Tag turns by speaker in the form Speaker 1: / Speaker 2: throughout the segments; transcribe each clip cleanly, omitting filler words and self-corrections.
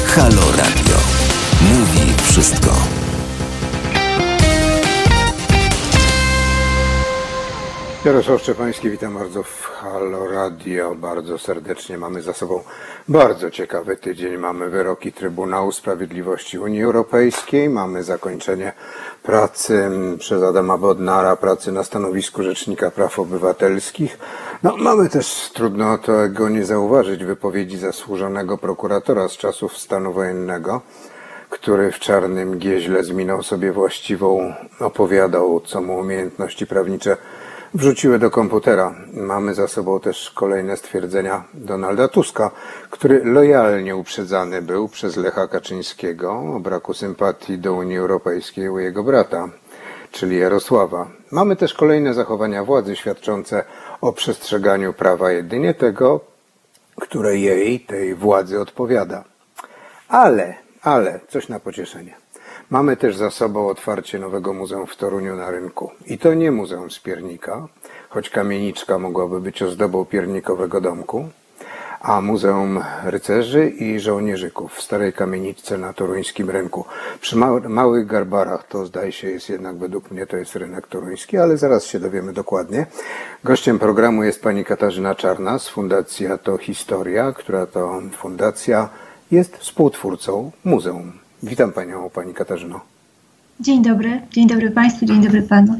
Speaker 1: Halo Radio. Mówi wszystko.
Speaker 2: Jarosław Szczepański, witam bardzo w Halo Radio. Bardzo serdecznie. Mamy za sobą bardzo ciekawy tydzień. Mamy wyroki Trybunału Sprawiedliwości Unii Europejskiej. Mamy zakończenie pracy przez Adama Bodnara, pracy na stanowisku Rzecznika Praw Obywatelskich. Mamy też, trudno tego nie zauważyć, wypowiedzi zasłużonego prokuratora z czasów stanu wojennego, który w czarnym gieźle z miną sobie właściwą opowiadał, co mu umiejętności prawnicze wrzuciły do komputera. Mamy za sobą też kolejne stwierdzenia Donalda Tuska, który lojalnie uprzedzany był przez Lecha Kaczyńskiego o braku sympatii do Unii Europejskiej u jego brata, czyli Jarosława. Mamy też kolejne zachowania władzy świadczące o przestrzeganiu prawa jedynie tego, które jej, tej władzy odpowiada. Ale, coś na pocieszenie. Mamy też za sobą otwarcie nowego muzeum w Toruniu na rynku. I to nie muzeum z piernika, choć kamieniczka mogłaby być ozdobą piernikowego domku, a Muzeum Rycerzy i Żołnierzyków w Starej Kamieniczce na toruńskim rynku. Przy Małych Garbarach to zdaje się jest jednak, według mnie to jest rynek toruński, ale zaraz się dowiemy dokładnie. Gościem programu jest pani Katarzyna Czarna z Fundacji To Historia, która to fundacja jest współtwórcą muzeum. Witam panią, pani Katarzyno.
Speaker 3: Dzień dobry państwu, dzień dobry panu.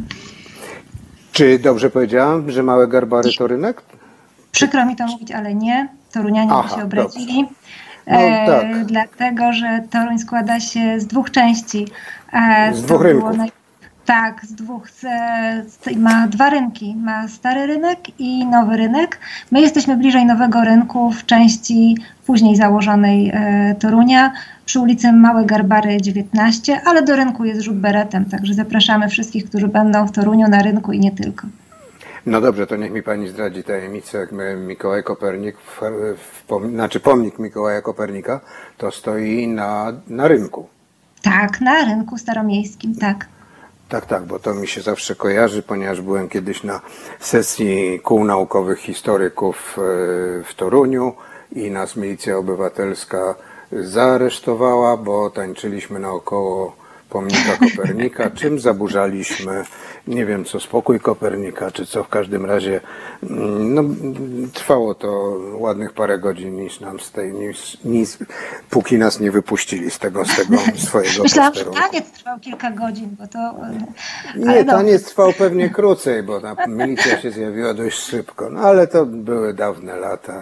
Speaker 2: Czy dobrze powiedziałam, że Małe Garbary to rynek?
Speaker 3: Przykro mi to mówić, ale nie. Torunianie by się obradzili.
Speaker 2: Tak.
Speaker 3: Dlatego, że Toruń składa się z dwóch części.
Speaker 2: Z dwóch rynków.
Speaker 3: Tak, z dwóch. Ma dwa rynki. Ma stary rynek i nowy rynek. My jesteśmy bliżej nowego rynku w części później założonej Torunia, przy ulicy Małe Garbary 19, ale do rynku jest rzut beretem, także zapraszamy wszystkich, którzy będą w Toruniu na rynku i nie tylko.
Speaker 2: No dobrze, to niech mi pani zdradzi tajemnicę, jak Mikołaj Kopernik, pomnik Mikołaja Kopernika, to stoi na rynku.
Speaker 3: Tak, na rynku staromiejskim, tak.
Speaker 2: Tak, bo to mi się zawsze kojarzy, ponieważ byłem kiedyś na sesji kół naukowych historyków w Toruniu i nas Milicja Obywatelska zaaresztowała, bo tańczyliśmy naokoło pomnika Kopernika, czym zaburzaliśmy, nie wiem co, spokój Kopernika, czy co, w każdym razie trwało to ładnych parę godzin, niż nam póki nas nie wypuścili z tego swojego
Speaker 3: Myślałam,
Speaker 2: posterunku.
Speaker 3: że taniec trwał kilka godzin, bo to...
Speaker 2: Nie, taniec trwał pewnie krócej, bo ta milicja się zjawiła dość szybko, ale to były dawne lata.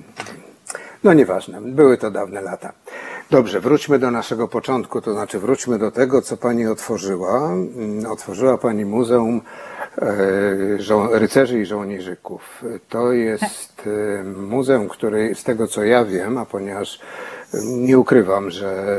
Speaker 2: Nieważne, były to dawne lata. Dobrze, wróćmy do naszego początku, to znaczy wróćmy do tego, co pani otworzyła. Otworzyła pani Muzeum Rycerzy i Żołnierzyków. To jest muzeum, który z tego co ja wiem, a ponieważ nie ukrywam,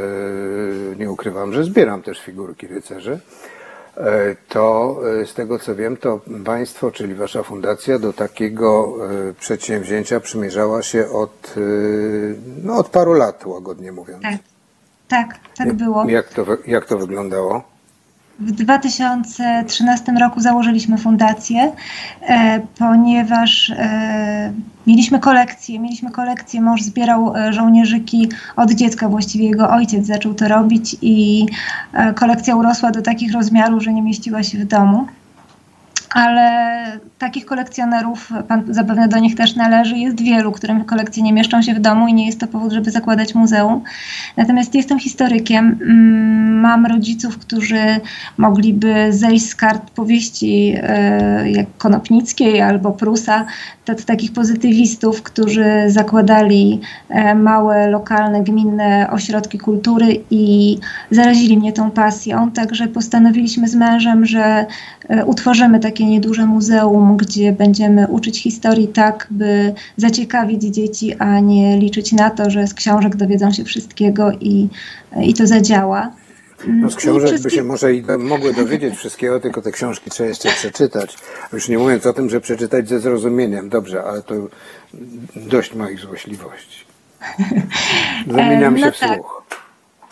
Speaker 2: że zbieram też figurki rycerzy, to z tego co wiem, to państwo, czyli wasza fundacja, do takiego przedsięwzięcia przymierzała się od paru lat, łagodnie mówiąc.
Speaker 3: Tak było.
Speaker 2: Jak to wyglądało?
Speaker 3: W 2013 roku założyliśmy fundację, ponieważ mieliśmy kolekcję. Mąż zbierał żołnierzyki od dziecka, właściwie jego ojciec zaczął to robić i kolekcja urosła do takich rozmiarów, że nie mieściła się w domu. Ale takich kolekcjonerów, pan zapewne do nich też należy, jest wielu, którym kolekcje nie mieszczą się w domu i nie jest to powód, żeby zakładać muzeum. Natomiast jestem historykiem, mam rodziców, którzy mogliby zejść z kart powieści jak Konopnickiej albo Prusa, takich pozytywistów, którzy zakładali małe, lokalne, gminne ośrodki kultury i zarazili mnie tą pasją, także postanowiliśmy z mężem, że utworzymy takie nieduże muzeum, gdzie będziemy uczyć historii tak, by zaciekawić dzieci, a nie liczyć na to, że z książek dowiedzą się wszystkiego i to zadziała.
Speaker 2: Z książek by się może i mogły dowiedzieć wszystkiego, tylko te książki trzeba jeszcze przeczytać. Już nie mówiąc o tym, że przeczytać ze zrozumieniem. Dobrze, ale to dość moich złośliwości. Zamieniam się w słuch.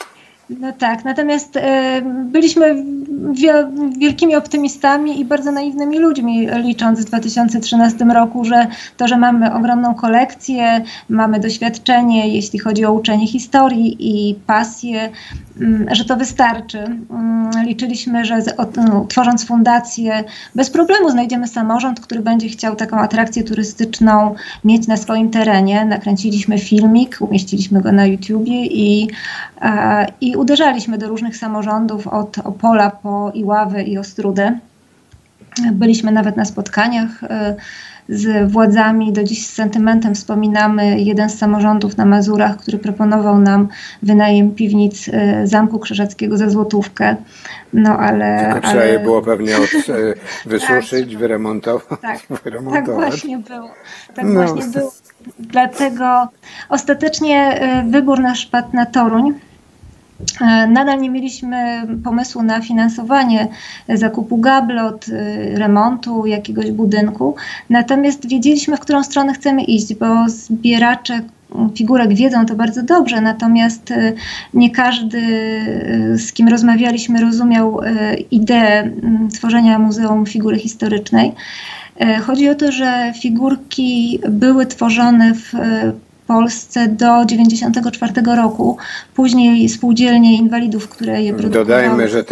Speaker 3: No tak, natomiast byliśmy wielkimi optymistami i bardzo naiwnymi ludźmi, licząc w 2013 roku, że to, że mamy ogromną kolekcję, mamy doświadczenie, jeśli chodzi o uczenie historii i pasję, że to wystarczy. Liczyliśmy, że tworząc fundację, bez problemu znajdziemy samorząd, który będzie chciał taką atrakcję turystyczną mieć na swoim terenie. Nakręciliśmy filmik, umieściliśmy go na YouTubie i uderzaliśmy do różnych samorządów, od Opola po Iławę i Ostródę. Byliśmy nawet na spotkaniach z władzami. Do dziś z sentymentem wspominamy jeden z samorządów na Mazurach, który proponował nam wynajem piwnic Zamku Krzyżackiego za złotówkę. No ale...
Speaker 2: Tylko trzeba je było pewnie wysuszyć, tak, wyremontować.
Speaker 3: Tak właśnie było. Właśnie było. Dlatego ostatecznie wybór nasz padł na Toruń. Nadal nie mieliśmy pomysłu na finansowanie zakupu gablot, remontu jakiegoś budynku, natomiast wiedzieliśmy, w którą stronę chcemy iść, bo zbieracze figurek wiedzą to bardzo dobrze, natomiast nie każdy, z kim rozmawialiśmy, rozumiał ideę tworzenia Muzeum Figury Historycznej. Chodzi o to, że figurki były tworzone w Polsce do 1994 roku. Później spółdzielnie inwalidów, które je produkowały.
Speaker 2: Dodajmy, że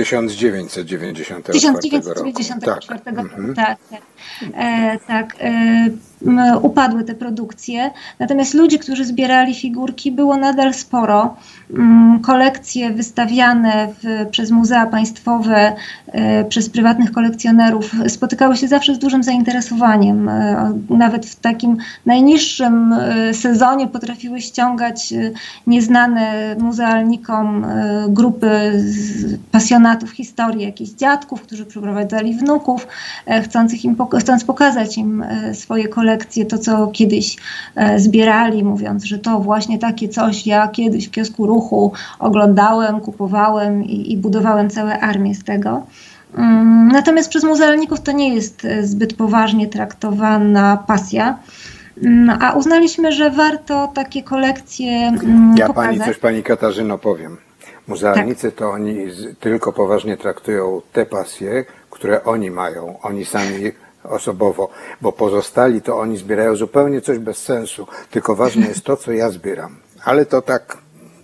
Speaker 2: 1994 roku.
Speaker 3: Tak. Upadły te produkcje. Natomiast ludzi, którzy zbierali figurki, było nadal sporo. Kolekcje wystawiane przez muzea państwowe, przez prywatnych kolekcjonerów spotykały się zawsze z dużym zainteresowaniem. Nawet w takim najniższym sezonie potrafiły ściągać nieznane muzealnikom grupy pasjonatów historii, jakichś dziadków, którzy przyprowadzali wnuków, chcąc pokazać im swoje kolekcje, to co kiedyś zbierali, mówiąc, że to właśnie takie coś ja kiedyś w kiosku Ruchu oglądałem, kupowałem i budowałem całe armię z tego. Natomiast przez muzealników to nie jest zbyt poważnie traktowana pasja. A uznaliśmy, że warto takie kolekcje pokazać.
Speaker 2: Pani Katarzyno powiem. Muzealnicy to oni tylko poważnie traktują te pasje, które oni mają, oni sami osobowo, bo pozostali to oni zbierają zupełnie coś bez sensu, tylko ważne jest to, co ja zbieram. Ale to tak...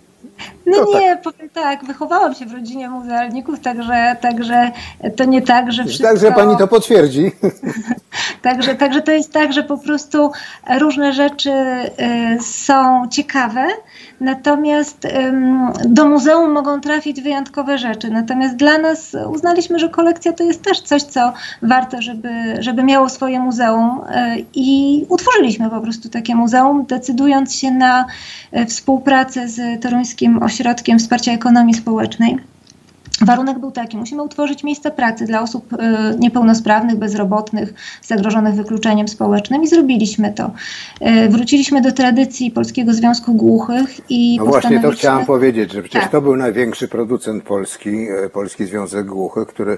Speaker 3: Powiem tak, wychowałam się w rodzinie muzealników, także to nie tak, że wszystko...
Speaker 2: Także pani to potwierdzi.
Speaker 3: Także to jest tak, że po prostu różne rzeczy są ciekawe, natomiast do muzeum mogą trafić wyjątkowe rzeczy. Natomiast dla nas uznaliśmy, że kolekcja to jest też coś, co warto, żeby miało swoje muzeum i utworzyliśmy po prostu takie muzeum, decydując się na współpracę z Toruńskim Ośrodkiem Wsparcia Ekonomii Społecznej. Warunek był taki: musimy utworzyć miejsca pracy dla osób niepełnosprawnych, bezrobotnych, zagrożonych wykluczeniem społecznym i zrobiliśmy to. Wróciliśmy do tradycji Polskiego Związku Głuchych i
Speaker 2: właśnie to chciałam powiedzieć, że przecież to był największy producent polski, Polski Związek Głuchych, który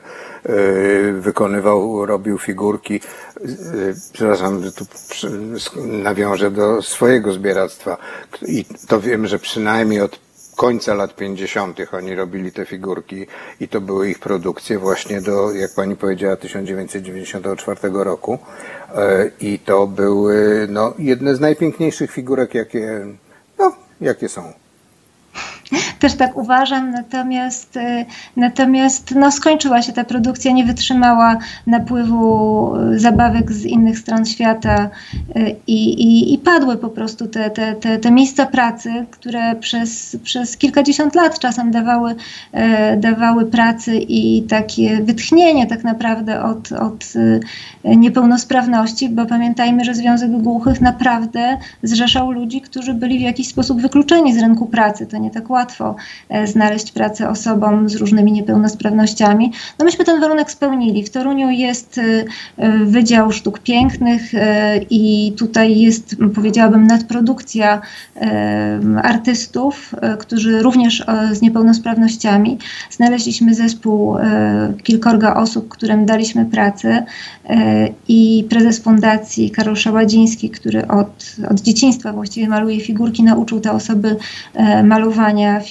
Speaker 2: robił figurki. Przepraszam, że tu nawiążę do swojego zbieractwa i to wiem, że przynajmniej od końca lat 50. oni robili te figurki i to były ich produkcje właśnie do, jak pani powiedziała, 1994 roku. I to były jedne z najpiękniejszych figurek, jakie są.
Speaker 3: Też tak uważam, natomiast skończyła się ta produkcja, nie wytrzymała napływu zabawek z innych stron świata i padły po prostu te miejsca pracy, które przez kilkadziesiąt lat czasem dawały pracy i takie wytchnienie tak naprawdę od niepełnosprawności, bo pamiętajmy, że Związek Głuchych naprawdę zrzeszał ludzi, którzy byli w jakiś sposób wykluczeni z rynku pracy. To nie tak łatwo znaleźć pracę osobom z różnymi niepełnosprawnościami. Myśmy ten warunek spełnili. W Toruniu jest Wydział Sztuk Pięknych i tutaj jest, powiedziałabym, nadprodukcja artystów, którzy również z niepełnosprawnościami. Znaleźliśmy zespół kilkorga osób, którym daliśmy pracę i prezes fundacji Karol Szaładziński, który od dzieciństwa właściwie maluje figurki, nauczył te osoby malowania figurki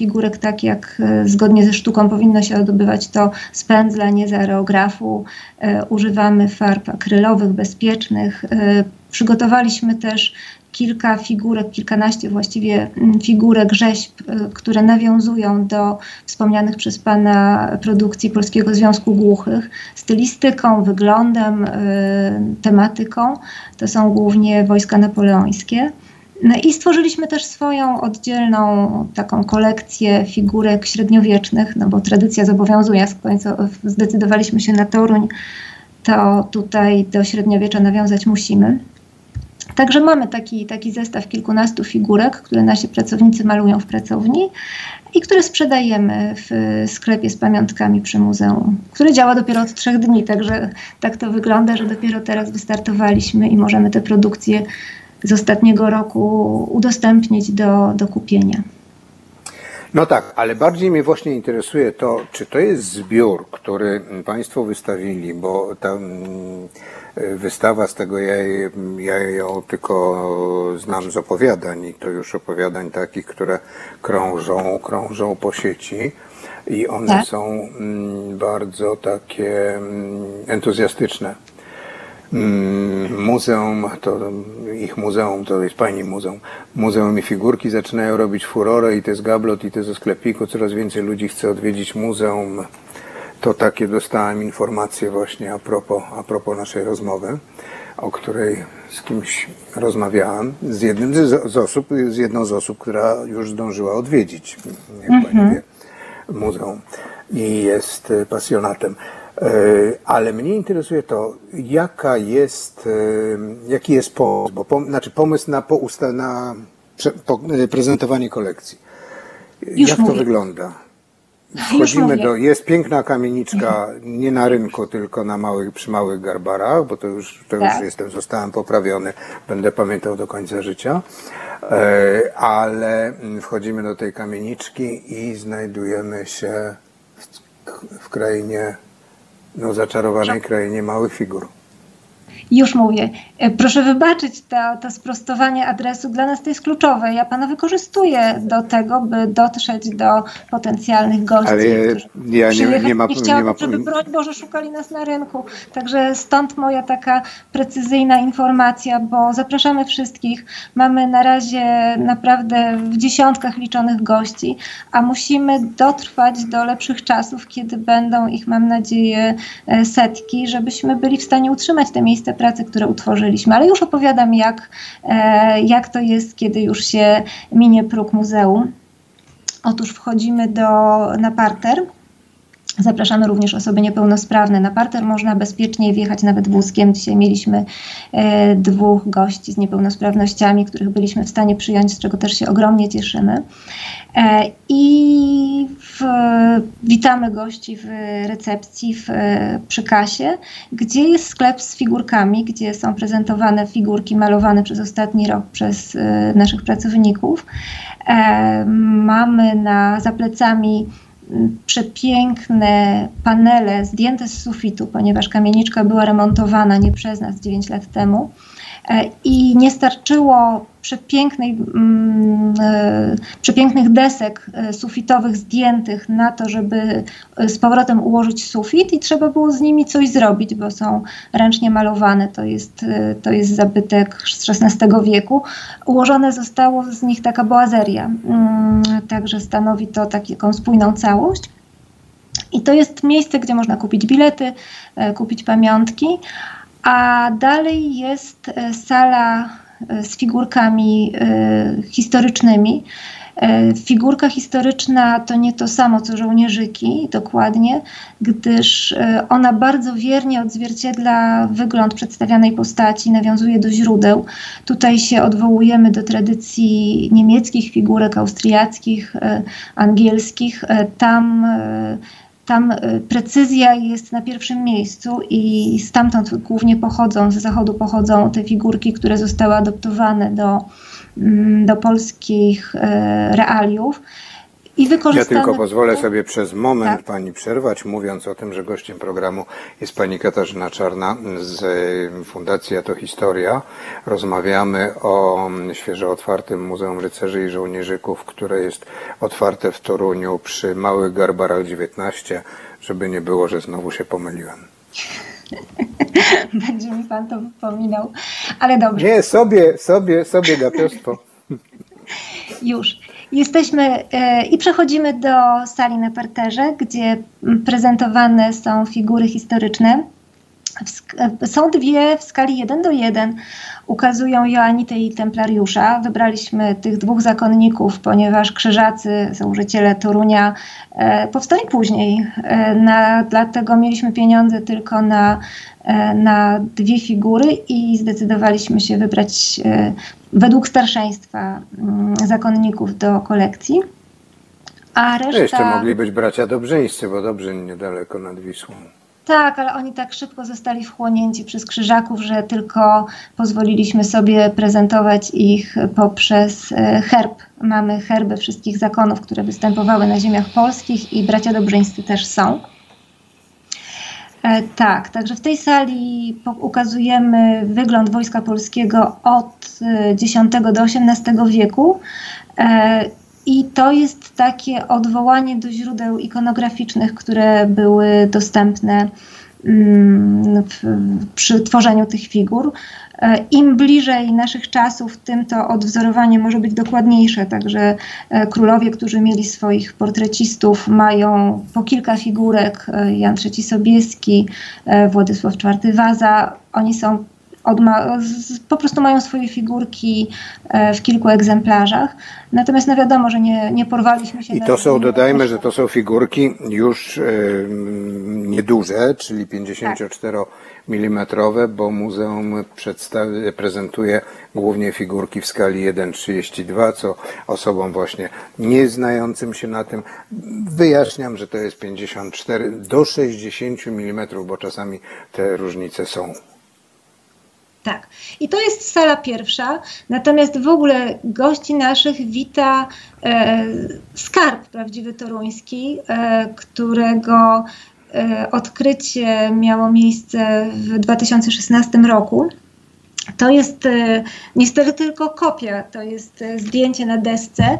Speaker 3: figurek tak, jak zgodnie ze sztuką powinno się odbywać to z pędzla, nie z aerografu. Używamy farb akrylowych, bezpiecznych. Przygotowaliśmy też kilka figurek, kilkanaście właściwie figurek, rzeźb, które nawiązują do wspomnianych przez Pana produkcji Polskiego Związku Głuchych, stylistyką, wyglądem, tematyką. To są głównie wojska napoleońskie. No i stworzyliśmy też swoją oddzielną taką kolekcję figurek średniowiecznych, no bo tradycja zobowiązuje, zdecydowaliśmy się na Toruń, to tutaj do średniowiecza nawiązać musimy. Także mamy taki zestaw kilkunastu figurek, które nasi pracownicy malują w pracowni i które sprzedajemy w sklepie z pamiątkami przy muzeum, który działa dopiero od 3 dni, także tak to wygląda, że dopiero teraz wystartowaliśmy i możemy te produkcje z ostatniego roku udostępnić do kupienia.
Speaker 2: No tak, ale bardziej mnie właśnie interesuje to, czy to jest zbiór, który Państwo wystawili, bo ta wystawa, z tego ja ją tylko znam z opowiadań i to już opowiadań takich, które krążą po sieci i one
Speaker 3: tak
Speaker 2: są bardzo takie entuzjastyczne. Muzeum, ich muzeum, to jest Pani muzeum. Muzeum i figurki zaczynają robić furorę i to jest gablot i to ze sklepiku. Coraz więcej ludzi chce odwiedzić muzeum. To takie dostałem informacje właśnie a propos naszej rozmowy, o której z kimś rozmawiałem, z jedną z osób, która już zdążyła odwiedzić, jak Pani wie, muzeum i jest pasjonatem. Ale mnie interesuje to, jaki jest pomysł, pomysł na prezentowanie kolekcji. Jak to wygląda? Wchodzimy jest piękna kamieniczka, nie na rynku, tylko przy małych garbarach, bo to już zostałem poprawiony, będę pamiętał do końca życia, ale wchodzimy do tej kamieniczki i znajdujemy się w krainie, zaczarowanej krainie małych figur.
Speaker 3: Już mówię. Proszę wybaczyć to sprostowanie adresu. Dla nas to jest kluczowe. Ja Pana wykorzystuję do tego, by dotrzeć do potencjalnych gości.
Speaker 2: Ale ja nie
Speaker 3: chciałabym, żeby broń Boże szukali nas na rynku. Także stąd moja taka precyzyjna informacja, bo zapraszamy wszystkich. Mamy na razie naprawdę w dziesiątkach liczonych gości, a musimy dotrwać do lepszych czasów, kiedy będą ich, mam nadzieję, setki, żebyśmy byli w stanie utrzymać te miejsca pracy, które utworzyliśmy, ale już opowiadam, jak to jest, kiedy już się minie próg muzeum. Otóż wchodzimy na parter. Zapraszamy również osoby niepełnosprawne. Na parter można bezpiecznie wjechać nawet wózkiem. Dzisiaj mieliśmy 2 gości z niepełnosprawnościami, których byliśmy w stanie przyjąć, z czego też się ogromnie cieszymy. I witamy gości w recepcji przy kasie, gdzie jest sklep z figurkami, gdzie są prezentowane figurki malowane przez ostatni rok przez naszych pracowników. Mamy za plecami przepiękne panele zdjęte z sufitu, ponieważ kamieniczka była remontowana nie przez nas 9 lat temu i nie starczyło przepięknych desek sufitowych zdjętych na to, żeby z powrotem ułożyć sufit i trzeba było z nimi coś zrobić, bo są ręcznie malowane. To jest zabytek z XVI wieku. Ułożone zostało z nich taka boazeria, także stanowi to taką spójną całość. I to jest miejsce, gdzie można kupić bilety, kupić pamiątki, a dalej jest sala z figurkami historycznymi. Figurka historyczna to nie to samo co żołnierzyki, dokładnie, gdyż ona bardzo wiernie odzwierciedla wygląd przedstawianej postaci, nawiązuje do źródeł. Tutaj się odwołujemy do tradycji niemieckich figurek, austriackich, angielskich. Tam precyzja jest na pierwszym miejscu i stamtąd głównie z zachodu pochodzą te figurki, które zostały adoptowane do polskich realiów. i wykorzystane...
Speaker 2: Ja tylko pozwolę sobie przez moment
Speaker 3: Tak.
Speaker 2: Pani przerwać, mówiąc o tym, że gościem programu jest Pani Katarzyna Czarna z Fundacji A to Historia. Rozmawiamy o świeżo otwartym Muzeum Rycerzy i Żołnierzyków, które jest otwarte w Toruniu przy Małych Garbarach 19, żeby nie było, że znowu się pomyliłem.
Speaker 3: Będzie mi pan to wypominał, ale dobrze.
Speaker 2: Nie, sobie gapiostwo.
Speaker 3: Już. Jesteśmy i przechodzimy do sali na parterze, gdzie prezentowane są figury historyczne. Są dwie w skali 1:1. Ukazują Joanitę i Templariusza. Wybraliśmy tych dwóch zakonników, ponieważ krzyżacy, założyciele Torunia, powstali później. Dlatego mieliśmy pieniądze tylko na dwie figury i zdecydowaliśmy się wybrać według starszeństwa zakonników do kolekcji. A reszta...
Speaker 2: Jeszcze mogli być bracia Dobrzyńscy, bo Dobrzyn niedaleko nad Wisłą.
Speaker 3: Tak, ale oni tak szybko zostali wchłonięci przez Krzyżaków, że tylko pozwoliliśmy sobie prezentować ich poprzez herb. Mamy herby wszystkich zakonów, które występowały na ziemiach polskich i bracia Dobrzyńscy też są. Tak, także w tej sali ukazujemy wygląd Wojska Polskiego od X do XVIII wieku. I to jest takie odwołanie do źródeł ikonograficznych, które były dostępne przy tworzeniu tych figur. Im bliżej naszych czasów, tym to odwzorowanie może być dokładniejsze. Także królowie, którzy mieli swoich portrecistów, mają po kilka figurek. Jan III Sobieski, Władysław IV Waza. Oni są po prostu mają swoje figurki w kilku egzemplarzach. Natomiast no wiadomo, że nie porwaliśmy się...
Speaker 2: I to są, dodajmy, że to są figurki już nieduże, czyli 54 mm, bo muzeum prezentuje głównie figurki w skali 1:32, co osobom właśnie nie znającym się na tym wyjaśniam, że to jest 54 do 60 mm, bo czasami te różnice są.
Speaker 3: Tak. I to jest sala pierwsza, natomiast w ogóle gości naszych wita skarb prawdziwy toruński, którego odkrycie miało miejsce w 2016 roku. To jest niestety tylko kopia, to jest zdjęcie na desce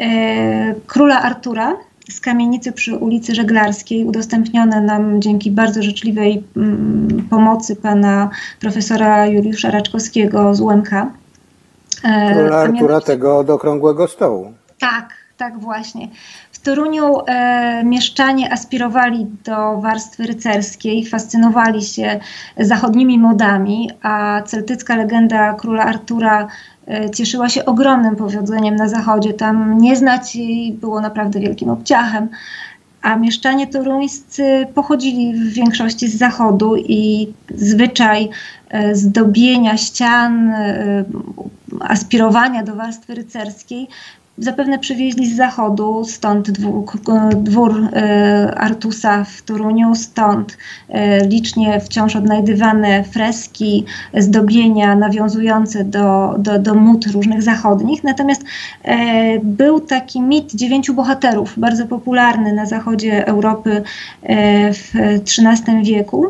Speaker 3: króla Artura z kamienicy przy ulicy Żeglarskiej, udostępnione nam dzięki bardzo życzliwej pomocy pana profesora Juliusza Raczkowskiego z UMK.
Speaker 2: Króla Artura tego od okrągłego stołu.
Speaker 3: Tak właśnie. W Toruniu mieszczanie aspirowali do warstwy rycerskiej, fascynowali się zachodnimi modami, a celtycka legenda króla Artura cieszyła się ogromnym powodzeniem na zachodzie. Tam nie znać jej było naprawdę wielkim obciachem. A mieszczanie toruńscy pochodzili w większości z zachodu i zwyczaj zdobienia ścian, aspirowania do warstwy rycerskiej zapewne przywieźli z zachodu, stąd dwór Artusa w Toruniu, stąd licznie wciąż odnajdywane freski, zdobienia nawiązujące do mód różnych zachodnich. Natomiast był taki mit 9 bohaterów, bardzo popularny na zachodzie Europy w XIII wieku.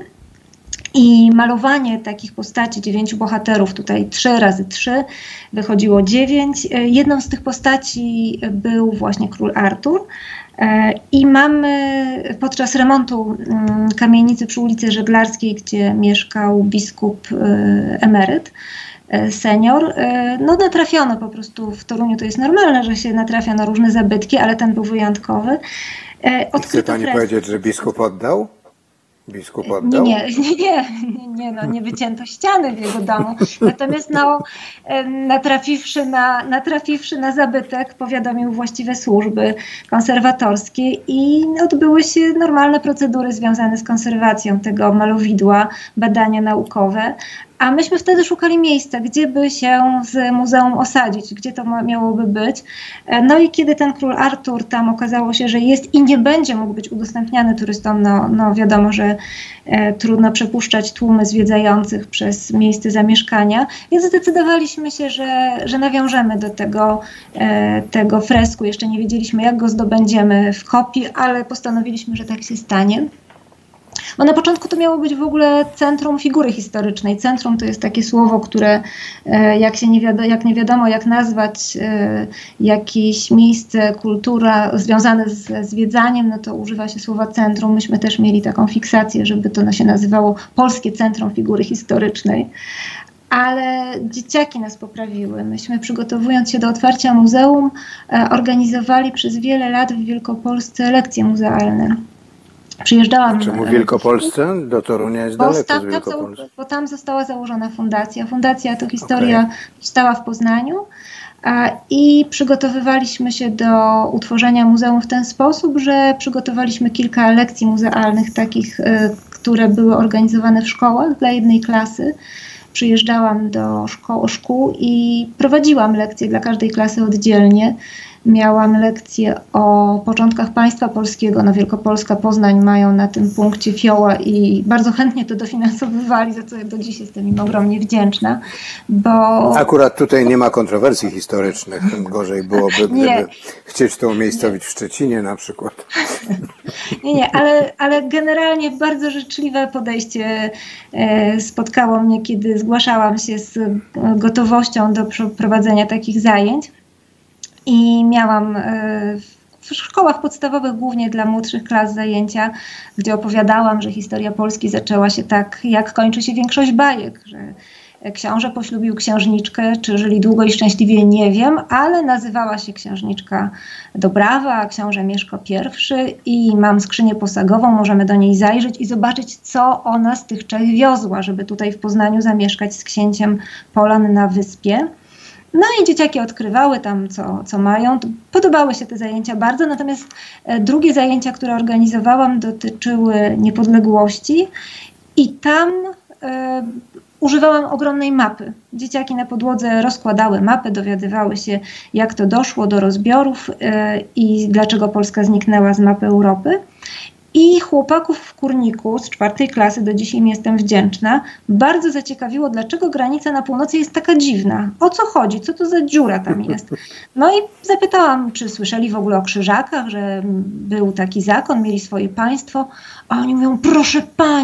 Speaker 3: I malowanie takich postaci, 9 bohaterów, tutaj 3 razy 3, wychodziło 9. Jedną z tych postaci był właśnie król Artur. I mamy podczas remontu kamienicy przy ulicy Żeglarskiej, gdzie mieszkał biskup emeryt, senior, no natrafiono po prostu w Toruniu, to jest normalne, że się natrafia na różne zabytki, ale ten był wyjątkowy.
Speaker 2: Chce pani powiedzieć, że biskup oddał? Biskup oddał?
Speaker 3: Nie wycięto ściany w jego domu. Natomiast natrafiwszy na zabytek, powiadomił właściwe służby konserwatorskie i odbyły się normalne procedury związane z konserwacją tego malowidła, badania naukowe. A myśmy wtedy szukali miejsca, gdzie by się z muzeum osadzić, gdzie to miałoby być. No i kiedy ten król Artur tam okazało się, że jest i nie będzie mógł być udostępniany turystom, no wiadomo, że trudno przepuszczać tłumy zwiedzających przez miejsce zamieszkania, więc zdecydowaliśmy się, że nawiążemy do tego fresku. Jeszcze nie wiedzieliśmy, jak go zdobędziemy w kopii, ale postanowiliśmy, że tak się stanie. Bo na początku to miało być w ogóle centrum figury historycznej. Centrum to jest takie słowo, które jak nie wiadomo jak nazwać jakieś miejsce, kultura związane z zwiedzaniem, no to używa się słowa centrum. Myśmy też mieli taką fiksację, żeby to się nazywało Polskie Centrum Figury Historycznej. Ale dzieciaki nas poprawiły. Myśmy, przygotowując się do otwarcia muzeum, organizowali przez wiele lat w Wielkopolsce lekcje muzealne. Przyjeżdżałam.
Speaker 2: Czemu w Wielkopolsce? Do Torunia jest daleko z Wielkopolski.
Speaker 3: Bo tam została założona fundacja. Fundacja to historia stała w Poznaniu i przygotowywaliśmy się do utworzenia muzeum w ten sposób, że przygotowaliśmy kilka lekcji muzealnych, takich, które były organizowane w szkołach dla jednej klasy. Przyjeżdżałam do szkół i prowadziłam lekcje dla każdej klasy oddzielnie. Miałam lekcje o początkach państwa polskiego. No Wielkopolska, Poznań mają na tym punkcie fioła i bardzo chętnie to dofinansowywali, za co do dziś jestem im ogromnie wdzięczna. Bo
Speaker 2: akurat tutaj nie ma kontrowersji historycznych. Gorzej byłoby, gdyby chcieć to umiejscowić w Szczecinie na przykład.
Speaker 3: Nie, ale generalnie bardzo życzliwe podejście spotkało mnie, kiedy zgłaszałam się z gotowością do prowadzenia takich zajęć. I miałam w szkołach podstawowych, głównie dla młodszych klas, zajęcia, gdzie opowiadałam, że historia Polski zaczęła się tak, jak kończy się większość bajek, że książę poślubił księżniczkę, czy żyli długo i szczęśliwie, nie wiem, ale nazywała się księżniczka Dobrawa, a książę Mieszko I i mam skrzynię posagową, możemy do niej zajrzeć i zobaczyć, co ona z tych Czech wiozła, żeby tutaj w Poznaniu zamieszkać z księciem Polan na wyspie. No i dzieciaki odkrywały tam, co mają. Podobały się te zajęcia bardzo, natomiast drugie zajęcia, które organizowałam, dotyczyły niepodległości i tam używałam ogromnej mapy. Dzieciaki na podłodze rozkładały mapy, dowiadywały się, jak to doszło do rozbiorów i dlaczego Polska zniknęła z mapy Europy. I chłopaków w Kurniku z 4. klasy, do dzisiaj im jestem wdzięczna, bardzo zaciekawiło, dlaczego granica na północy jest taka dziwna. O co chodzi? Co to za dziura tam jest? No i zapytałam, czy słyszeli w ogóle o Krzyżakach, że był taki zakon, mieli swoje państwo. A oni mówią, proszę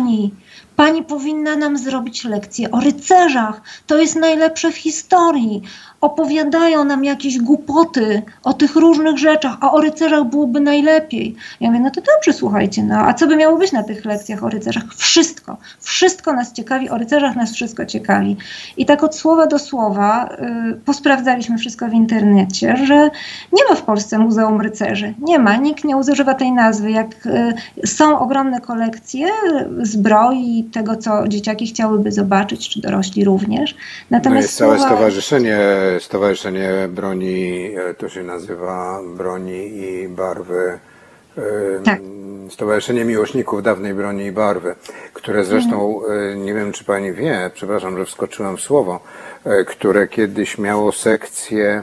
Speaker 3: pani powinna nam zrobić lekcję o rycerzach. To jest najlepsze w historii. Opowiadają nam jakieś głupoty o tych różnych rzeczach, a o rycerzach byłoby najlepiej. Ja mówię, no to dobrze, słuchajcie, no a co by miało być na tych lekcjach o rycerzach? Wszystko. Wszystko nas ciekawi, o rycerzach nas wszystko ciekawi. I tak od słowa do słowa posprawdzaliśmy wszystko w internecie, że nie ma w Polsce Muzeum Rycerzy. Nie ma, nikt nie używa tej nazwy. Jak są ogromne kolekcje zbroi, tego, co dzieciaki chciałyby zobaczyć, czy dorośli również. Natomiast
Speaker 2: jest całe Stowarzyszenie Broni, to się nazywa Broni i Barwy.
Speaker 3: Tak.
Speaker 2: Stowarzyszenie Miłośników Dawnej Broni i Barwy, które zresztą, nie wiem czy pani wie, przepraszam, że wskoczyłem w słowo, które kiedyś miało sekcję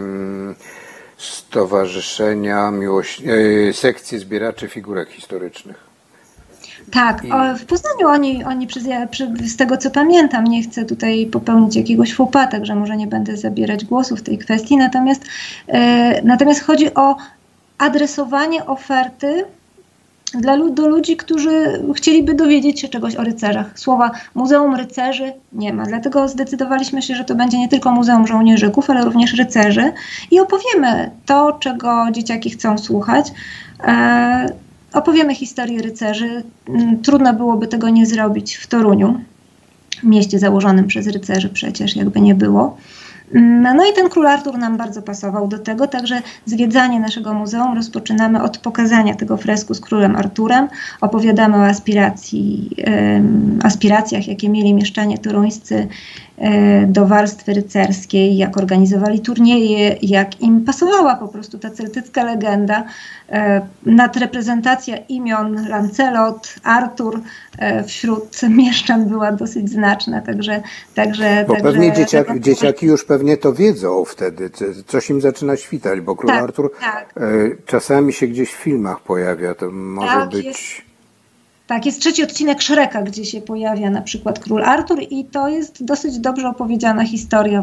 Speaker 2: Stowarzyszenia sekcję zbieraczy figurek historycznych.
Speaker 3: Tak, w Poznaniu oni z tego co pamiętam, nie chcę tutaj popełnić jakiegoś faux pas, także może nie będę zabierać głosu w tej kwestii, natomiast chodzi o adresowanie oferty do ludzi, którzy chcieliby dowiedzieć się czegoś o rycerzach. Słowa Muzeum Rycerzy nie ma, dlatego zdecydowaliśmy się, że to będzie nie tylko Muzeum Żołnierzyków, ale również rycerzy i opowiemy to, czego dzieciaki chcą słuchać. Opowiemy historię rycerzy. Trudno byłoby tego nie zrobić w Toruniu, mieście założonym przez rycerzy przecież, jakby nie było. No i ten król Artur nam bardzo pasował do tego, także zwiedzanie naszego muzeum rozpoczynamy od pokazania tego fresku z królem Arturem. Opowiadamy o aspiracjach, jakie mieli mieszczanie toruńscy do warstwy rycerskiej, jak organizowali turnieje, jak im pasowała po prostu ta celtycka legenda. Nadreprezentacja imion Lancelot, Artur wśród mieszczan była dosyć znaczna,
Speaker 2: Bo pewnie dzieciaki już pewnie to wiedzą wtedy, coś im zaczyna świtać, bo król Artur czasami się gdzieś w filmach pojawia, to może być...
Speaker 3: Tak, jest 3. odcinek Shreka, gdzie się pojawia na przykład król Artur i to jest dosyć dobrze opowiedziana historia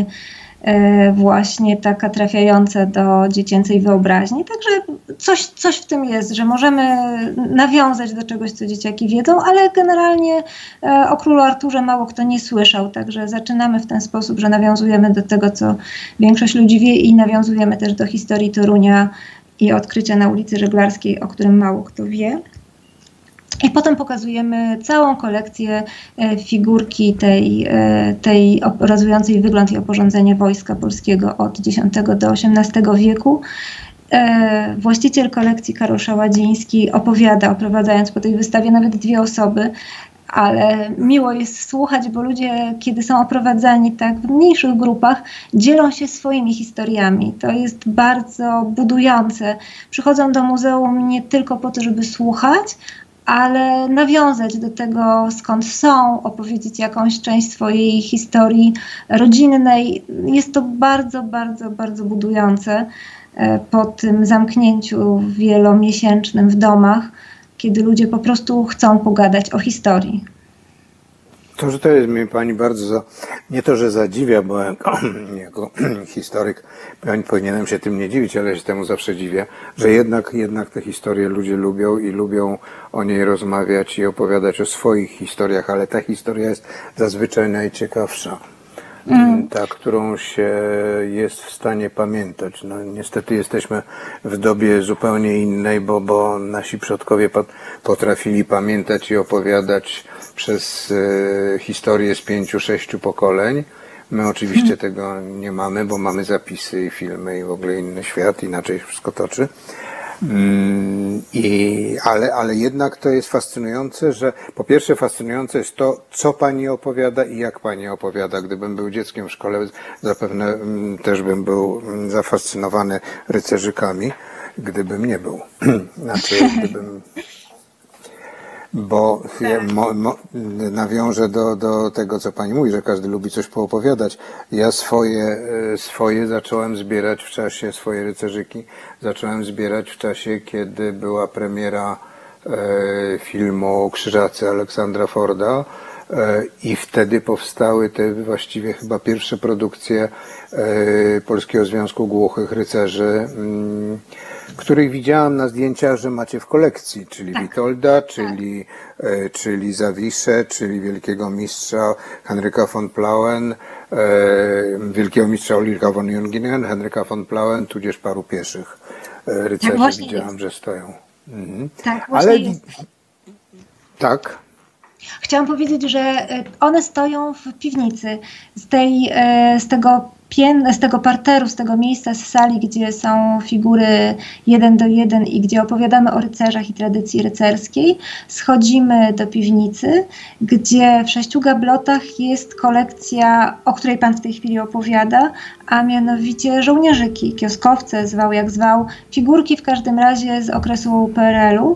Speaker 3: właśnie taka trafiająca do dziecięcej wyobraźni. Także coś w tym jest, że możemy nawiązać do czegoś, co dzieciaki wiedzą, ale generalnie o królu Arturze mało kto nie słyszał. Także zaczynamy w ten sposób, że nawiązujemy do tego, co większość ludzi wie i nawiązujemy też do historii Torunia i odkrycia na ulicy Żeglarskiej, o którym mało kto wie. I potem pokazujemy całą kolekcję figurki tej obrazującej wygląd i oporządzenie Wojska Polskiego od X do XVIII wieku. Właściciel kolekcji Karol Szaładziński opowiada, oprowadzając po tej wystawie nawet 2 osoby, ale miło jest słuchać, bo ludzie, kiedy są oprowadzani tak w mniejszych grupach, dzielą się swoimi historiami. To jest bardzo budujące. Przychodzą do muzeum nie tylko po to, żeby słuchać, ale nawiązać do tego, skąd są, opowiedzieć jakąś część swojej historii rodzinnej. Jest to bardzo, bardzo, bardzo budujące po tym zamknięciu wielomiesięcznym w domach, kiedy ludzie po prostu chcą pogadać o historii.
Speaker 2: To, że to jest mnie pani bardzo, nie to, że zadziwia, bo jako historyk powinienem się tym nie dziwić, ale się temu zawsze dziwię, że jednak te historie ludzie lubią i lubią o niej rozmawiać i opowiadać o swoich historiach, ale ta historia jest zazwyczaj najciekawsza. Ta, którą się jest w stanie pamiętać. No, niestety jesteśmy w dobie zupełnie innej, bo nasi przodkowie potrafili pamiętać i opowiadać przez historię z 5-6 pokoleń. My oczywiście tego nie mamy, bo mamy zapisy i filmy i w ogóle inny świat, inaczej się wszystko toczy. Ale jednak to jest fascynujące, że po pierwsze fascynujące jest to, co pani opowiada i jak pani opowiada. Gdybym był dzieckiem w szkole, zapewne też bym był zafascynowany rycerzykami, gdybym nie był. Znaczy, bo nawiążę do tego, co pani mówi, że każdy lubi coś poopowiadać. Ja swoje zacząłem zbierać w czasie, swoje rycerzyki zacząłem zbierać w czasie, kiedy była premiera filmu Krzyżacy Aleksandra Forda i wtedy powstały te właściwie chyba pierwsze produkcje Polskiego Związku Głuchych Rycerzy, których widziałam na zdjęciach, że macie w kolekcji, czyli Witolda, czyli Zawiszę, czyli wielkiego mistrza Henryka von Plauen, wielkiego mistrza Ulricha von Jungingen, Henryka von Plauen, tudzież paru pieszych rycerzy widziałam, że stoją.
Speaker 3: Tak, właśnie jest.
Speaker 2: Tak.
Speaker 3: Chciałam powiedzieć, że one stoją w piwnicy z tego parteru, z tego miejsca, z sali, gdzie są figury 1:1 i gdzie opowiadamy o rycerzach i tradycji rycerskiej. Schodzimy do piwnicy, gdzie w 6 gablotach jest kolekcja, o której pan w tej chwili opowiada, a mianowicie żołnierzyki, kioskowce, zwał jak zwał, figurki w każdym razie z okresu PRL-u,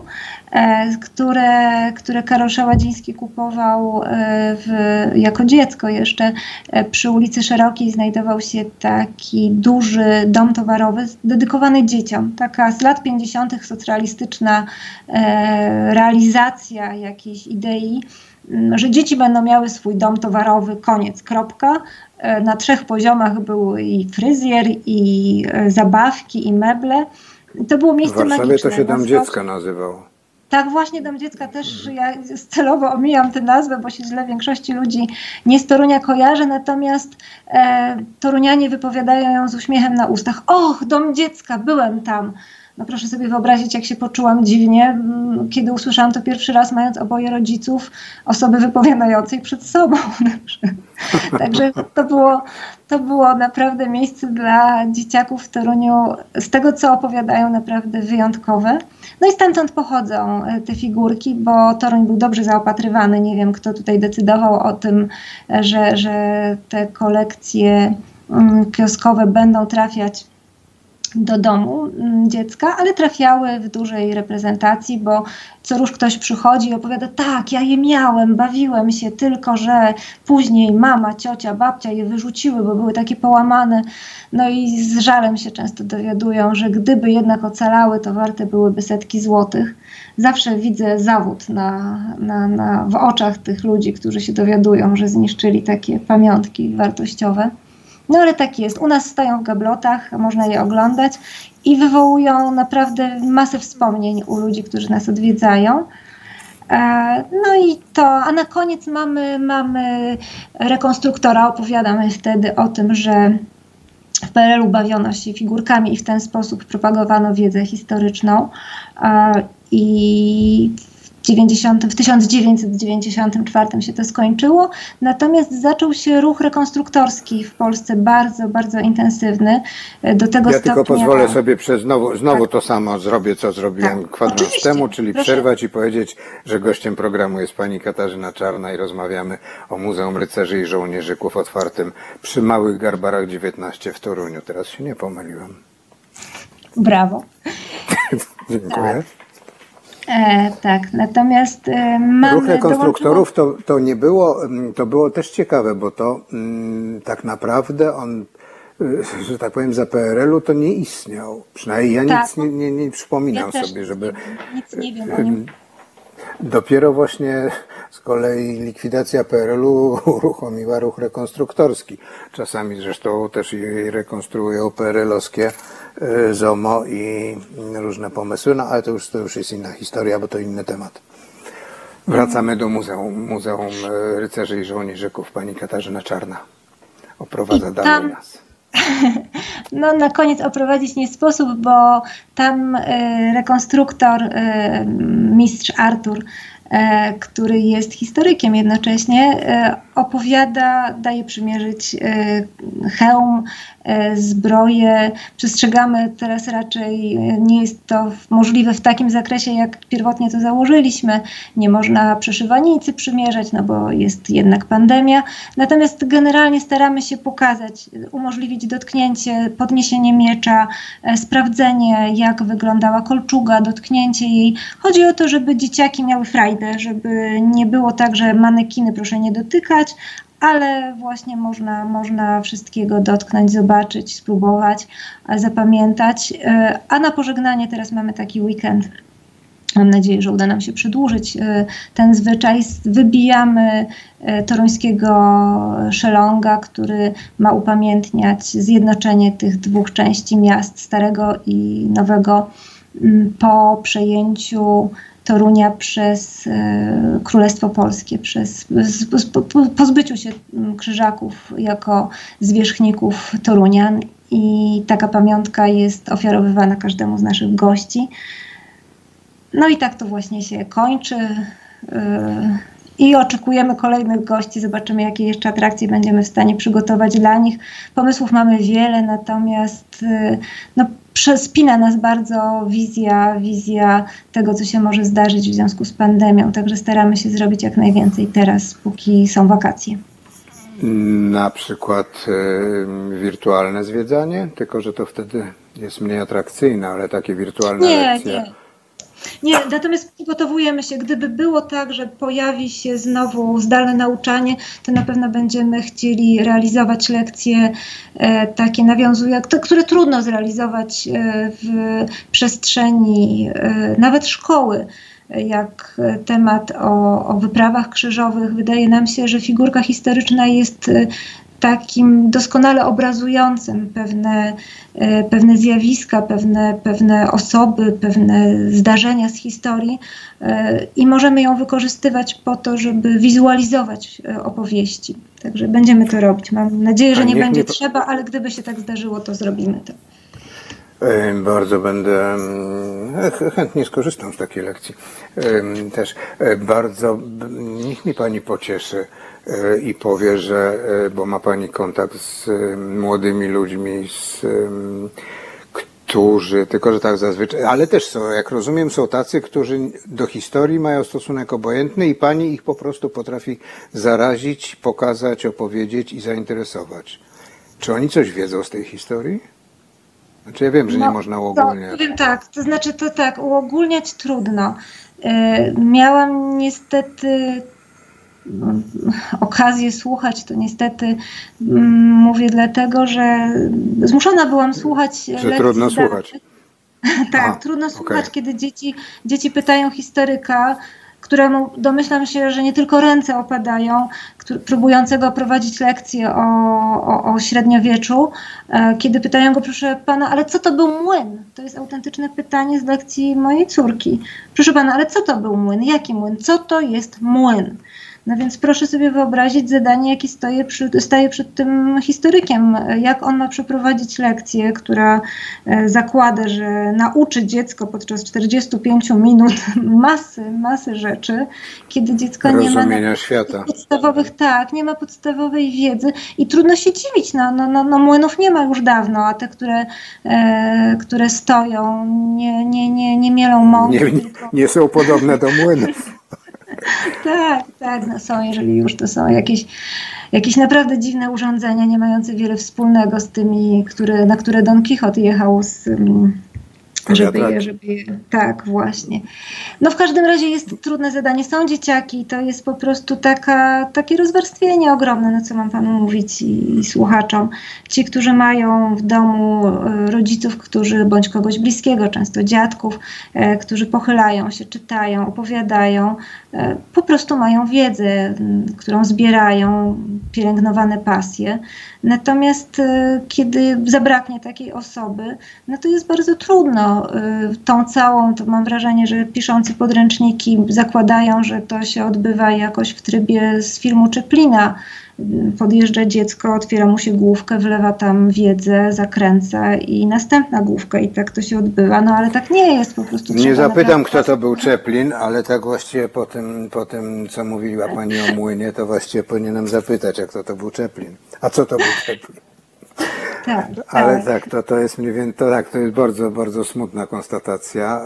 Speaker 3: które Karol Szaładziński kupował jako dziecko jeszcze. Przy ulicy Szerokiej znajdował się taki duży dom towarowy dedykowany dzieciom. Taka z lat 50. socjalistyczna realizacja jakiejś idei, że dzieci będą miały swój dom towarowy, koniec, kropka. Na 3 poziomach był i fryzjer, i zabawki, i meble. To było miejsce magiczne.
Speaker 2: W Warszawie to się Dom Dziecka nazywał.
Speaker 3: Tak, właśnie Dom Dziecka też, ja celowo omijam tę nazwę, bo się źle większości ludzi nie z Torunia kojarzy, natomiast torunianie wypowiadają ją z uśmiechem na ustach. Och, Dom Dziecka, byłem tam. No proszę sobie wyobrazić, jak się poczułam dziwnie, kiedy usłyszałam to pierwszy raz, mając oboje rodziców, osoby wypowiadającej przed sobą. Także to było naprawdę miejsce dla dzieciaków w Toruniu, z tego co opowiadają, naprawdę wyjątkowe. No i stamtąd pochodzą te figurki, bo Toruń był dobrze zaopatrywany. Nie wiem, kto tutaj decydował o tym, że te kolekcje kioskowe będą trafiać do domu dziecka, ale trafiały w dużej reprezentacji, bo co rusz ktoś przychodzi i opowiada, tak, ja je miałem, bawiłem się, tylko że później mama, ciocia, babcia je wyrzuciły, bo były takie połamane. No i z żalem się często dowiadują, że gdyby jednak ocalały, to warte byłyby setki złotych. Zawsze widzę zawód w oczach tych ludzi, którzy się dowiadują, że zniszczyli takie pamiątki wartościowe. No ale tak jest. U nas stoją w gablotach, można je oglądać i wywołują naprawdę masę wspomnień u ludzi, którzy nas odwiedzają. No i a na koniec mamy rekonstruktora. Opowiadamy wtedy o tym, że w PRL-u bawiono się figurkami i w ten sposób propagowano wiedzę historyczną. I w 1994 się to skończyło, natomiast zaczął się ruch rekonstruktorski w Polsce bardzo, bardzo intensywny. Do tego
Speaker 2: ja tylko
Speaker 3: stopnia...
Speaker 2: pozwolę sobie znowu to samo zrobię, co zrobiłem kwadrans temu, czyli przerwać i powiedzieć, że gościem programu jest pani Katarzyna Czarna i rozmawiamy o Muzeum Rycerzy i Żołnierzyków otwartym przy Małych Garbarach 19 w Toruniu. Teraz się nie pomyliłem.
Speaker 3: Brawo.
Speaker 2: Dziękuję.
Speaker 3: Tak, natomiast mamy...
Speaker 2: Ruch rekonstruktorów to nie było, to było też ciekawe, bo to tak naprawdę on, że tak powiem, za PRL-u to nie istniał. Przynajmniej ja nic nie przypominam sobie, żeby...
Speaker 3: Nic nie wiem o nim.
Speaker 2: Dopiero właśnie z kolei likwidacja PRL-u uruchomiła ruch rekonstruktorski. Czasami zresztą też i rekonstruują PRL-owskie ZOMO i różne pomysły, no ale to już jest inna historia, bo to inny temat. Wracamy do Muzeum Rycerzy i Żołnierzyków. Pani Katarzyna Czarna oprowadza dalej nas.
Speaker 3: No na koniec oprowadzić nie sposób, bo tam rekonstruktor, mistrz Artur, który jest historykiem jednocześnie, opowiada, daje przymierzyć hełm, zbroję. Przestrzegamy teraz raczej, nie jest to możliwe w takim zakresie, jak pierwotnie to założyliśmy. Nie można przeszywanicy przymierzać, no bo jest jednak pandemia. Natomiast generalnie staramy się pokazać, umożliwić dotknięcie, podniesienie miecza, sprawdzenie, jak wyglądała kolczuga, dotknięcie jej. Chodzi o to, żeby dzieciaki miały frajdę, żeby nie było tak, że manekiny proszę nie dotykać, ale właśnie można wszystkiego dotknąć, zobaczyć, spróbować, zapamiętać. A na pożegnanie teraz mamy taki weekend. Mam nadzieję, że uda nam się przedłużyć ten zwyczaj. Wybijamy toruńskiego szelonga, który ma upamiętniać zjednoczenie tych dwóch części miast, starego i nowego, po przejęciu Torunia przez Królestwo Polskie, pozbyciu się Krzyżaków jako zwierzchników Torunian, i taka pamiątka jest ofiarowywana każdemu z naszych gości. No i tak to właśnie się kończy i oczekujemy kolejnych gości, zobaczymy, jakie jeszcze atrakcje będziemy w stanie przygotować dla nich. Pomysłów mamy wiele, natomiast spina nas bardzo wizja tego, co się może zdarzyć w związku z pandemią, także staramy się zrobić jak najwięcej teraz, póki są wakacje.
Speaker 2: Na przykład wirtualne zwiedzanie, tylko że to wtedy jest mniej atrakcyjne, ale takie wirtualne lekcje...
Speaker 3: Nie, natomiast przygotowujemy się. Gdyby było tak, że pojawi się znowu zdalne nauczanie, to na pewno będziemy chcieli realizować lekcje takie nawiązujące, które trudno zrealizować w przestrzeni nawet szkoły, jak temat o wyprawach krzyżowych. Wydaje nam się, że figurka historyczna jest takim doskonale obrazującym pewne zjawiska, pewne osoby, pewne zdarzenia z historii i możemy ją wykorzystywać po to, żeby wizualizować opowieści. Także będziemy to robić. Mam nadzieję, że nie będzie trzeba, ale gdyby się tak zdarzyło, to zrobimy to.
Speaker 2: Bardzo będę, chętnie skorzystam z takiej lekcji. Też bardzo, niech mi Pani pocieszy i powie, że, bo ma Pani kontakt z młodymi ludźmi, którzy, tylko że tak zazwyczaj, ale też są, jak rozumiem, są tacy, którzy do historii mają stosunek obojętny i Pani ich po prostu potrafi zarazić, pokazać, opowiedzieć i zainteresować. Czy oni coś wiedzą z tej historii? Znaczy ja wiem, że nie można uogólniać.
Speaker 3: Powiem tak, to znaczy to tak, uogólniać trudno. Miałam niestety okazję słuchać, to niestety mówię dlatego, że zmuszona byłam słuchać
Speaker 2: Że trudno słuchać.
Speaker 3: Tak, trudno słuchać, kiedy dzieci pytają historyka, któremu domyślam się, że nie tylko ręce opadają, próbującego prowadzić lekcje o średniowieczu, kiedy pytają go, proszę pana, ale co to był młyn? To jest autentyczne pytanie z lekcji mojej córki. Proszę pana, ale co to był młyn? Jaki młyn? Co to jest młyn? No więc proszę sobie wyobrazić zadanie, jakie staje przed tym historykiem. Jak on ma przeprowadzić lekcję, która zakłada, że nauczy dziecko podczas 45 minut masy rzeczy, kiedy dziecko nie ma
Speaker 2: świata.
Speaker 3: Nie ma podstawowej wiedzy i trudno się dziwić. No młynów nie ma już dawno, a te, które stoją, nie mielą mąki.
Speaker 2: Nie są podobne do młynów.
Speaker 3: Tak, no są, jeżeli już to są jakieś naprawdę dziwne urządzenia, nie mające wiele wspólnego z tymi, na które Don Quixote jechał tak, właśnie. No w każdym razie jest trudne zadanie. Są dzieciaki, to jest po prostu takie rozwarstwienie ogromne, no co mam panu mówić i słuchaczom. Ci, którzy mają w domu rodziców, bądź kogoś bliskiego, często dziadków, którzy pochylają się, czytają, opowiadają, po prostu mają wiedzę, którą zbierają, pielęgnowane pasje. Natomiast kiedy zabraknie takiej osoby, no to jest bardzo trudno. To mam wrażenie, że piszący podręczniki zakładają, że to się odbywa jakoś w trybie z filmu Chaplina. Podjeżdża dziecko, otwiera mu się główkę, wlewa tam wiedzę, zakręca i następna główka i tak to się odbywa. No ale tak nie jest, po prostu.
Speaker 2: Nie zapytam, kto to był Chaplin, ale tak właściwie po tym, co mówiła Pani o młynie, to właściwie powinienem zapytać, jak to był Chaplin. A co to był Chaplin?
Speaker 3: Tak,
Speaker 2: ale tak, to jest mniej więcej, to jest bardzo, bardzo smutna konstatacja,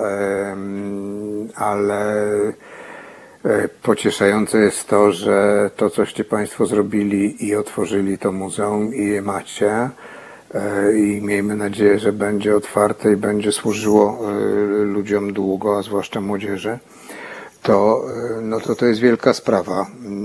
Speaker 2: ale pocieszające jest to, że to, coście Państwo zrobili i otworzyli to muzeum i je macie i miejmy nadzieję, że będzie otwarte i będzie służyło ludziom długo, a zwłaszcza młodzieży, to jest wielka sprawa.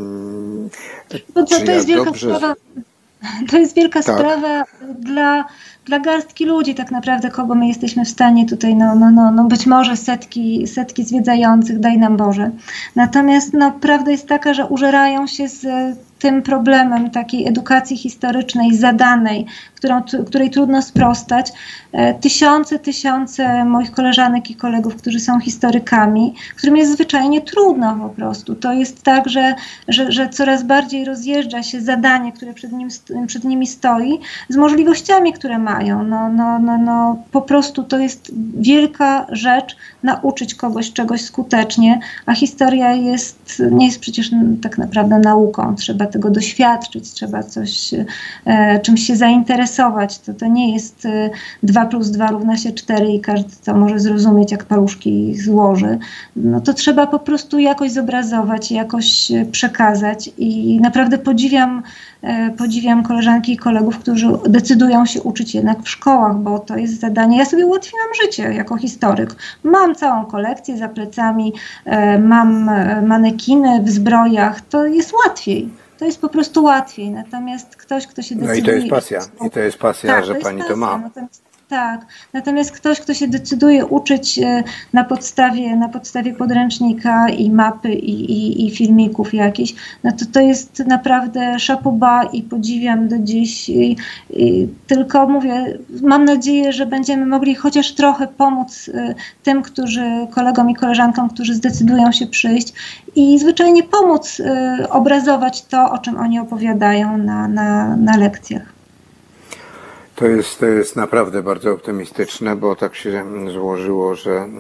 Speaker 3: To jest wielka sprawa. To jest wielka sprawa dla garstki ludzi tak naprawdę, kogo my jesteśmy w stanie tutaj, być może setki zwiedzających, daj nam Boże. Natomiast prawda jest taka, że użerają się z tym problemem takiej edukacji historycznej zadanej, której trudno sprostać. Tysiące moich koleżanek i kolegów, którzy są historykami, którym jest zwyczajnie trudno po prostu. To jest tak, że coraz bardziej rozjeżdża się zadanie, które przed nimi stoi, z możliwościami, które mają. Po prostu to jest wielka rzecz nauczyć kogoś czegoś skutecznie, a historia nie jest przecież tak naprawdę nauką. Trzeba tego doświadczyć, trzeba czymś się zainteresować. To nie jest 2 + 2 równa się 4 i każdy to może zrozumieć, jak paluszki złoży. No to trzeba po prostu jakoś zobrazować, jakoś przekazać i naprawdę podziwiam koleżanki i kolegów, którzy decydują się uczyć jednak w szkołach, bo to jest zadanie. Ja sobie ułatwiłam życie jako historyk. Mam całą kolekcję za plecami, mam manekiny w zbrojach, to jest łatwiej. To jest po prostu łatwiej. Natomiast ktoś, kto się decyduje...
Speaker 2: No i to jest pasja. I to jest pasja, że Pani to ma.
Speaker 3: Natomiast ktoś, kto się decyduje uczyć na podstawie podręcznika i mapy i filmików jakichś, no to jest naprawdę szapoba i podziwiam do dziś. Tylko mówię, mam nadzieję, że będziemy mogli chociaż trochę pomóc tym, kolegom i koleżankom, którzy zdecydują się przyjść i zwyczajnie pomóc obrazować to, o czym oni opowiadają na lekcjach.
Speaker 2: To jest naprawdę bardzo optymistyczne, bo tak się złożyło,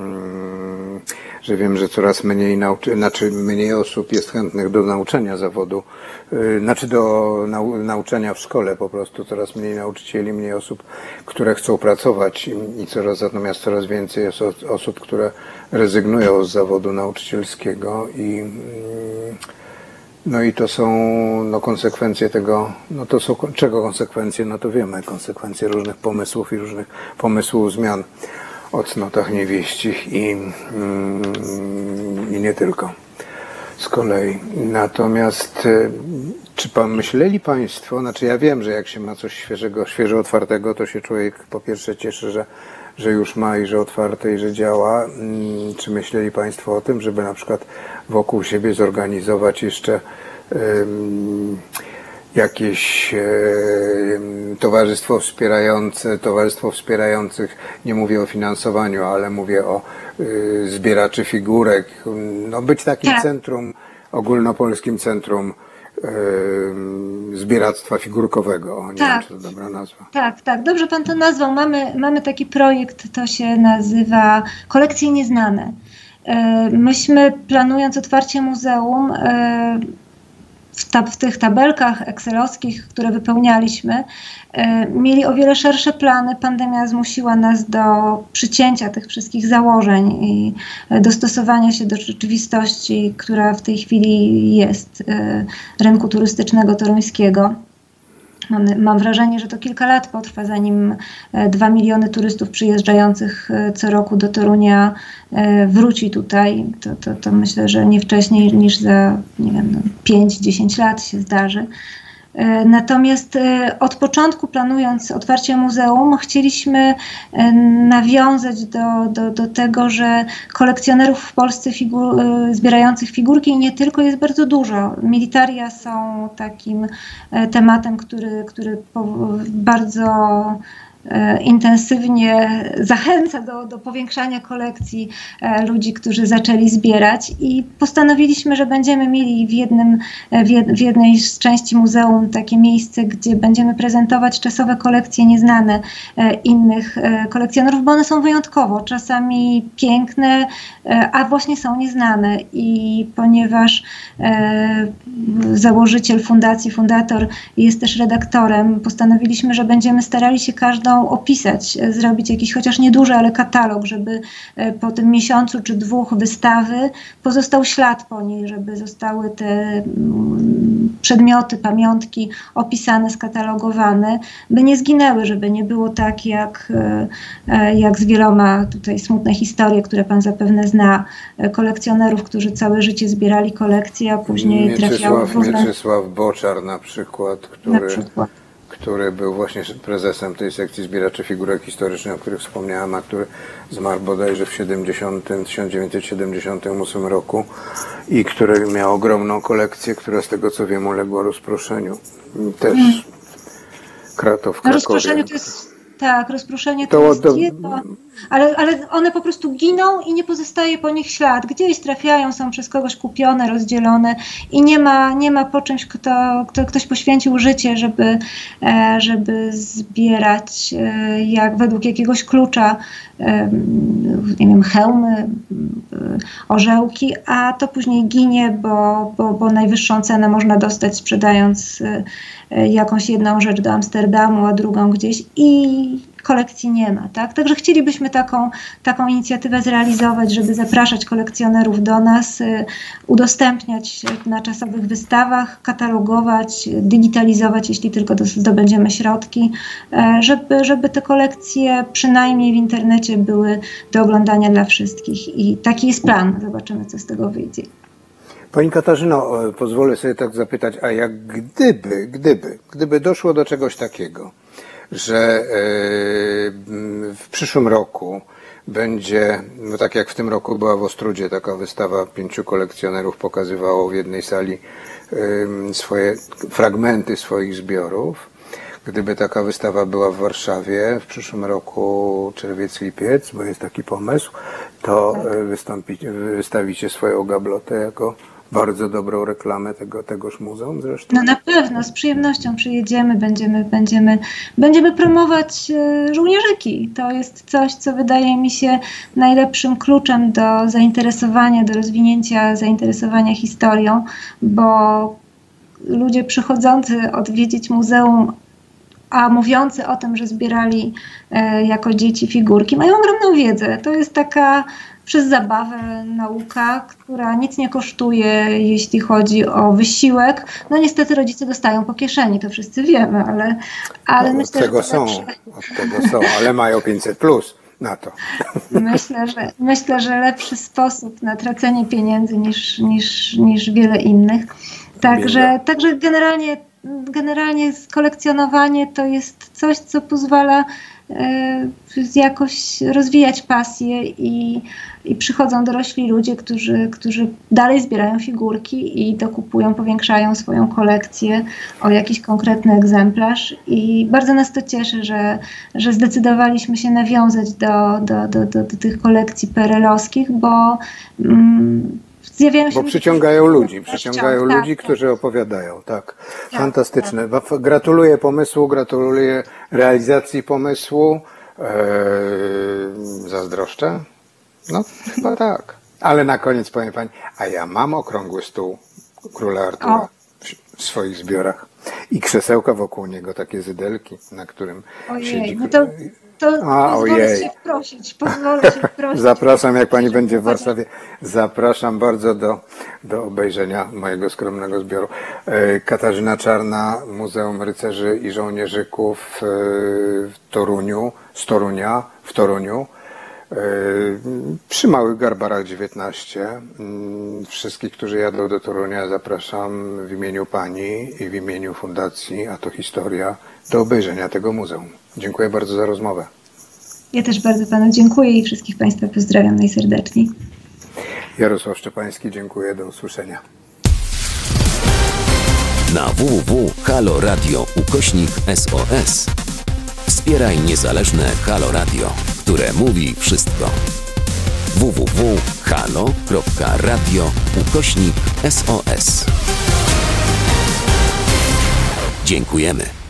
Speaker 2: że wiem, że coraz mniej mniej osób jest chętnych do nauczania zawodu, do nauczania w szkole po prostu, coraz mniej nauczycieli, mniej osób, które chcą pracować natomiast coraz więcej jest osób, które rezygnują z zawodu nauczycielskiego i to są konsekwencje tego, to są czego konsekwencje, to wiemy, konsekwencje różnych pomysłów i różnych pomysłów zmian o cnotach niewieścich i nie tylko z kolei. Natomiast czy myśleli Państwo, ja wiem, że jak się ma coś świeżo otwartego, to się człowiek po pierwsze cieszy, że już ma i że otwarte i że działa. Czy myśleli Państwo o tym, żeby na przykład wokół siebie zorganizować jeszcze jakieś towarzystwo wspierających, nie mówię o finansowaniu, ale mówię o zbieraczy figurek, być takim centrum, ogólnopolskim centrum zbieractwa figurkowego. Nie wiem, czy to dobra nazwa.
Speaker 3: Tak, dobrze Pan to nazwał. Mamy taki projekt, to się nazywa Kolekcje Nieznane. Myśmy, planując otwarcie muzeum, w tych tabelkach excelowskich, które wypełnialiśmy, mieli o wiele szersze plany. Pandemia zmusiła nas do przycięcia tych wszystkich założeń i dostosowania się do rzeczywistości, która w tej chwili jest rynku turystycznego toruńskiego. Mam wrażenie, że to kilka lat potrwa, zanim 2 miliony turystów przyjeżdżających co roku do Torunia wróci tutaj. To myślę, że nie wcześniej niż za 5-10 lat się zdarzy. Natomiast od początku, planując otwarcie muzeum, chcieliśmy nawiązać do tego, że kolekcjonerów w Polsce zbierających figurki i nie tylko jest bardzo dużo. Militaria są takim tematem, który bardzo intensywnie zachęca do powiększania kolekcji ludzi, którzy zaczęli zbierać, i postanowiliśmy, że będziemy mieli w jednej z części muzeum takie miejsce, gdzie będziemy prezentować czasowe kolekcje nieznane innych kolekcjonerów, bo one są wyjątkowo, czasami piękne, a właśnie są nieznane. I ponieważ założyciel fundacji, fundator jest też redaktorem, postanowiliśmy, że będziemy starali się każdą opisać, zrobić jakiś chociaż nieduży, ale katalog, żeby po tym miesiącu czy 2 wystawy pozostał ślad po niej, żeby zostały te przedmioty, pamiątki opisane, skatalogowane, by nie zginęły, żeby nie było tak jak z wieloma tutaj smutne historie, które Pan zapewne zna, kolekcjonerów, którzy całe życie zbierali kolekcje, a później trafiały w różne...
Speaker 2: Mieczysław Boczar na przykład, który był właśnie prezesem tej sekcji zbieraczy figurek historycznych, o których wspomniałem, a który zmarł bodajże w 1978 roku i który miał ogromną kolekcję, która z tego co wiem uległa rozproszeniu. Też w Krakowie.
Speaker 3: Rozproszenie to jest... Tak, rozproszenie to jest jedno, ale one po prostu giną i nie pozostaje po nich ślad. Gdzieś trafiają, są przez kogoś kupione, rozdzielone i nie ma po czymś, ktoś poświęcił życie, żeby zbierać jak według jakiegoś klucza, nie wiem, hełmy, orzełki, a to później ginie, bo najwyższą cenę można dostać, sprzedając jakąś jedną rzecz do Amsterdamu, a drugą gdzieś, i kolekcji nie ma, tak? Także chcielibyśmy taką inicjatywę zrealizować, żeby zapraszać kolekcjonerów do nas, udostępniać na czasowych wystawach, katalogować, digitalizować, jeśli tylko zdobędziemy środki, żeby te kolekcje przynajmniej w internecie były do oglądania dla wszystkich. I taki jest plan. Zobaczymy, co z tego wyjdzie.
Speaker 2: Pani Katarzyno, pozwolę sobie tak zapytać, a jak gdyby doszło do czegoś takiego, że w przyszłym roku będzie, tak jak w tym roku była w Ostródzie taka wystawa, 5 kolekcjonerów pokazywało w jednej sali swoje fragmenty swoich zbiorów. Gdyby taka wystawa była w Warszawie w przyszłym roku, czerwiec, lipiec, bo jest taki pomysł, to wystawicie swoją gablotę jako bardzo dobrą reklamę tegoż muzeum zresztą.
Speaker 3: No na pewno, z przyjemnością przyjedziemy, będziemy promować żołnierzyki. To jest coś, co wydaje mi się najlepszym kluczem do zainteresowania, do rozwinięcia zainteresowania historią, bo ludzie przychodzący odwiedzić muzeum, a mówiący o tym, że zbierali jako dzieci figurki, mają ogromną wiedzę. To jest taka przez zabawę nauka, która nic nie kosztuje, jeśli chodzi o wysiłek. No niestety rodzice dostają po kieszeni, to wszyscy wiemy, ale
Speaker 2: No,
Speaker 3: myślę,
Speaker 2: od tego są, ale mają 500+ na to.
Speaker 3: Myślę, że lepszy sposób na tracenie pieniędzy niż wiele innych. Także generalnie kolekcjonowanie to jest coś, co pozwala jakoś rozwijać pasję i przychodzą dorośli ludzie, którzy dalej zbierają figurki i dokupują, powiększają swoją kolekcję o jakiś konkretny egzemplarz i bardzo nas to cieszy, że zdecydowaliśmy się nawiązać do tych kolekcji PRL-owskich, bo zjawiają się
Speaker 2: przyciągają ludzi, którzy opowiadają, tak. Fantastyczne. Tak. Gratuluję pomysłu, gratuluję realizacji pomysłu. Zazdroszczę? No, chyba tak. Ale na koniec powiem pani, a ja mam okrągły stół króla Artura w swoich zbiorach i krzesełka wokół niego, takie zydelki, na którym siedzi.
Speaker 3: No to pozwolę się prosić.
Speaker 2: Zapraszam, jak pani będzie w Warszawie. Zapraszam bardzo do obejrzenia mojego skromnego zbioru. Katarzyna Czarna, Muzeum Rycerzy i Żołnierzyków z Torunia, w Toruniu. Przy Małych Garbarach 19. Wszystkich, którzy jadą do Torunia, zapraszam w imieniu pani i w imieniu Fundacji A to Historia do obejrzenia tego muzeum. Dziękuję bardzo za rozmowę.
Speaker 3: Ja też bardzo panu dziękuję i wszystkich państwa pozdrawiam najserdeczniej.
Speaker 2: Jarosław Szczepański, dziękuję, do usłyszenia.
Speaker 1: Na www.haloradio.SOS wspieraj niezależne Halo Radio, które mówi wszystko. www.halo.radio/SOS. Dziękujemy.